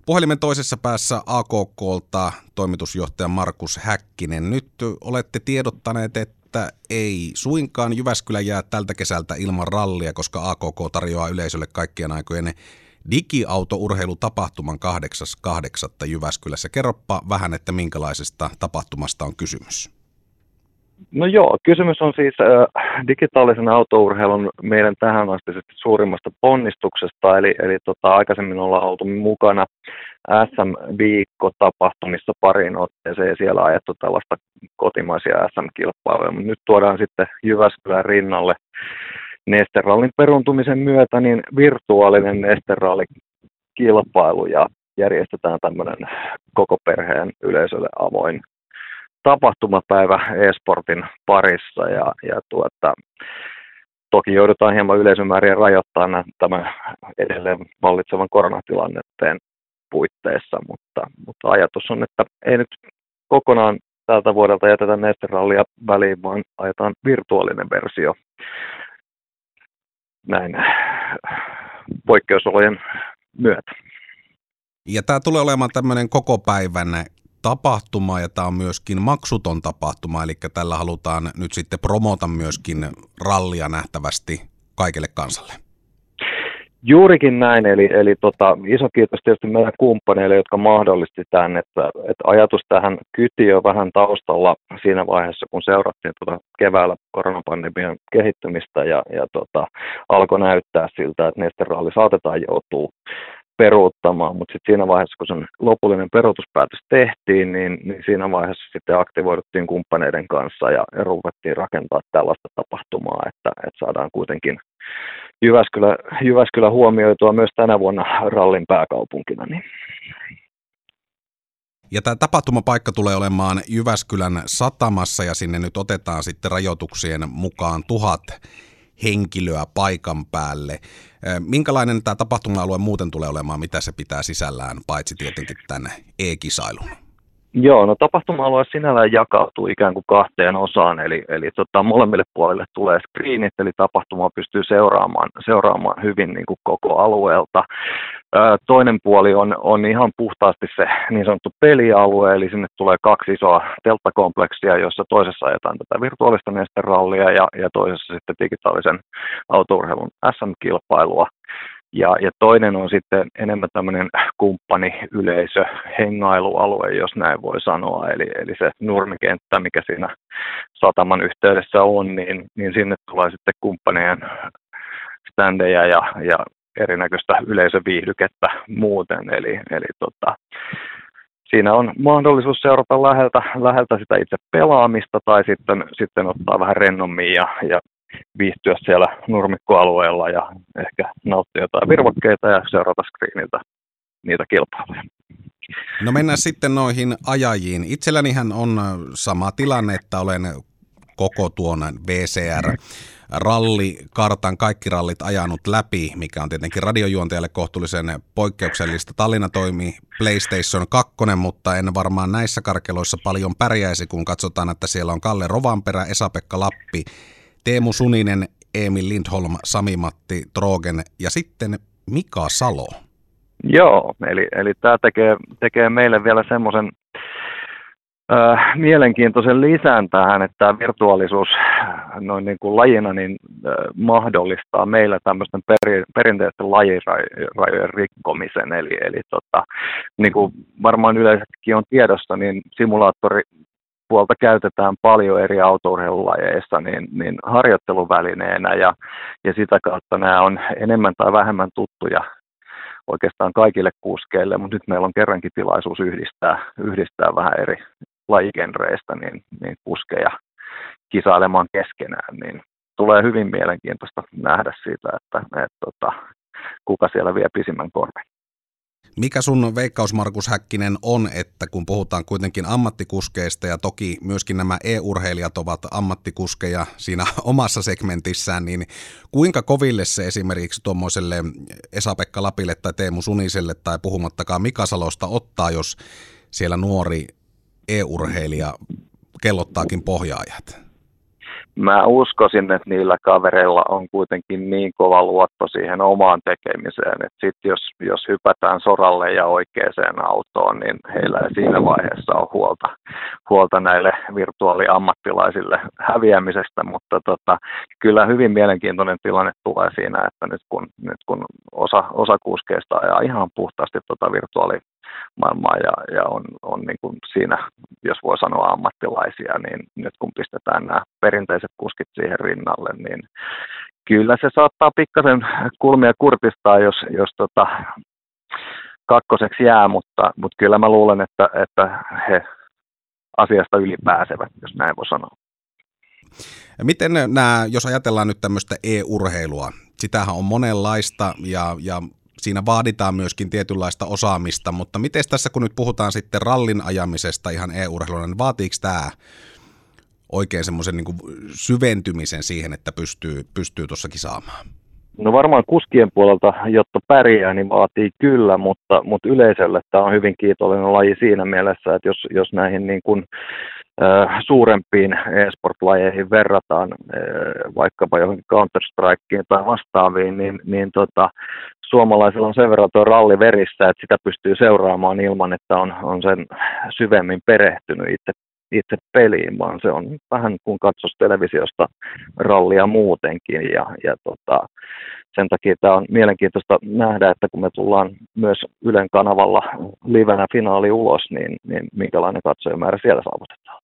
Puhelimen toisessa päässä AKK:lta toimitusjohtaja Markus Häkkinen. Nyt olette tiedottaneet, että ei suinkaan Jyväskylä jää tältä kesältä ilman rallia, koska AKK tarjoaa yleisölle kaikkien aikojen digiautourheilutapahtuman 8.8. Jyväskylässä. Kerropa vähän, että minkälaisesta tapahtumasta on kysymys. No joo, kysymys on siis digitaalisen autourheilun meidän tähän asti suurimmasta ponnistuksesta, eli aikaisemmin ollaan oltu mukana SM-viikkotapahtumissa pariin otteeseen ja siellä ajettu tällaista kotimaisia SM-kilpailuja, mutta nyt tuodaan sitten Jyväskylän rinnalle Neste-rallin peruuntumisen myötä niin virtuaalinen Neste-rallikilpailu ja järjestetään tämmöinen koko perheen yleisölle avoin tapahtumapäivä e-sportin parissa ja toki joudutaan hieman yleisömääriä rajoittamaan tämän edelleen vallitsevan koronatilanteen puitteissa, mutta ajatus on, että ei nyt kokonaan tältä vuodelta jätetä Neste-rallia väliin, vaan ajetaan virtuaalinen versio näin poikkeusolojen myötä. Ja tämä tulee olemaan tämmöinen koko päivän tapahtuma ja tämä on myöskin maksuton tapahtuma, eli tällä halutaan nyt sitten promota myöskin rallia nähtävästi kaikille kansalle. Juurikin näin, eli iso kiitos tietysti meidän kumppaneille, jotka mahdollisti tämän, että ajatus tähän kyti jo vähän taustalla siinä vaiheessa, kun seurattiin keväällä koronapandemian kehittymistä ja alkoi näyttää siltä, että Neste-ralli saatetaan joutua peruuttamaan, mutta sitten siinä vaiheessa, kun sen lopullinen peruutuspäätös tehtiin, niin siinä vaiheessa sitten aktivoiduttiin kumppaneiden kanssa ja ruvettiin rakentaa tällaista tapahtumaa, että saadaan kuitenkin Jyväskylä huomioitua myös tänä vuonna rallin pääkaupunkina. Niin. Ja tämä tapahtumapaikka tulee olemaan Jyväskylän satamassa ja sinne nyt otetaan sitten rajoituksien mukaan 1000 henkilöä paikan päälle. Minkälainen tämä tapahtuma-alue muuten tulee olemaan, mitä se pitää sisällään, paitsi tietenkin tämän e-kisailun? Joo, no tapahtuma-alue sinällään jakautuu ikään kuin kahteen osaan, eli molemmille puolille tulee screenit, eli tapahtuma pystyy seuraamaan hyvin niin kuin koko alueelta. Toinen puoli on ihan puhtaasti se niin sanottu pelialue, eli sinne tulee 2 isoa telttakompleksia, jossa toisessa ajetaan tätä virtuaalista Neste-rallia ja toisessa sitten digitaalisen autourheilun SM-kilpailua. Ja toinen on sitten enemmän tämmöinen kumppaniyleisö, hengailualue, jos näin voi sanoa, eli se nurmikenttä, mikä siinä sataman yhteydessä on, niin sinne tulee sitten kumppanien standeja ja erinäköistä yleisöviihdykettä muuten, eli siinä on mahdollisuus seurata läheltä sitä itse pelaamista tai sitten ottaa vähän rennommin ja viihtyä siellä nurmikkoalueella ja ehkä nauttia jotain virvokkeita ja seurata screeniltä niitä kilpailuja. No mennään sitten noihin ajajiin. Itsellänihän on sama tilanne, että olen koko tuon VCR-rallikartan, kaikki rallit ajanut läpi, mikä on tietenkin radiojuontajalle kohtuullisen poikkeuksellista. Tallinna toimii PlayStation 2, mutta en varmaan näissä karkeloissa paljon pärjäisi, kun katsotaan, että siellä on Kalle Rovanperä, Esa-Pekka Lappi, Teemu Suninen, Emil Lindholm, Sami-Matti Trogen ja sitten Mika Salo. Joo, eli tämä tekee meille vielä semmoisen mielenkiintoisen lisän tähän, että tämä virtuaalisuus noin niin kuin lajina niin mahdollistaa meillä tämmöisten perinteisten lajirajojen rikkomisen. Eli niin kuin varmaan yleisestikin on tiedossa, niin simulaattoripuolta käytetään paljon eri autourheilulajeissa niin harjoitteluvälineenä ja sitä kautta nämä on enemmän tai vähemmän tuttuja oikeastaan kaikille kuskeille, mutta nyt meillä on kerrankin tilaisuus yhdistää vähän eri lajigenreistä niin kuskeja kisailemaan keskenään, niin tulee hyvin mielenkiintoista nähdä siitä, että kuka siellä vie pisimmän korven. Mikä sun veikkaus, Markus Häkkinen, on, että kun puhutaan kuitenkin ammattikuskeista ja toki myöskin nämä e-urheilijat ovat ammattikuskeja siinä omassa segmentissään, niin kuinka koville se esimerkiksi tuommoiselle Esa-Pekka Lapille tai Teemu Suniselle tai puhumattakaan Mika Salosta ottaa, jos siellä nuori e-urheilija kellottaakin pohjaajat? mä uskoisin, että niillä kavereilla on kuitenkin niin kova luotto siihen omaan tekemiseen, että sitten jos hypätään soralle ja oikeaan autoon, niin heillä ei siinä vaiheessa ole huolta näille virtuaaliammattilaisille häviämisestä, mutta kyllä hyvin mielenkiintoinen tilanne tulee siinä, että nyt kun osa kuskeista ajaa ihan puhtaasti virtuaalimaailmaa ja on niin kuin siinä, jos voi sanoa ammattilaisia, niin nyt kun pistetään nämä perinteiset kuskit siihen rinnalle, niin kyllä se saattaa pikkasen kulmia kurtistaa, jos kakkoseksi jää, mutta kyllä mä luulen, että he asiasta ylipääsevät, jos näin voi sanoa. Miten jos ajatellaan nyt tämmöistä e-urheilua, sitähän on monenlaista ja siinä vaaditaan myöskin tietynlaista osaamista, mutta miten tässä kun nyt puhutaan sitten rallin ajamisesta ihan e-urheiluna, niin vaatiiko tämä oikein semmoisen niin kuin syventymisen siihen, että pystyy tuossakin saamaan? No varmaan kuskien puolelta, jotta pärjää, niin vaatii kyllä, mutta yleisölle tämä on hyvin kiitollinen laji siinä mielessä, että jos näihin niin kuin, suurempiin e-sport-lajeihin verrataan, vaikkapa johonkin Counter-Strikeen tai vastaaviin, niin suomalaisilla on sen verran tuo ralli verissä, että sitä pystyy seuraamaan ilman, että on sen syvemmin perehtynyt itse peliin, vaan se on vähän kuin katsoisi televisiosta rallia muutenkin ja sen takia tämä on mielenkiintoista nähdä, että kun me tullaan myös Ylen kanavalla livenä finaali ulos, niin minkälainen katsojamäärä siellä saavutetaan.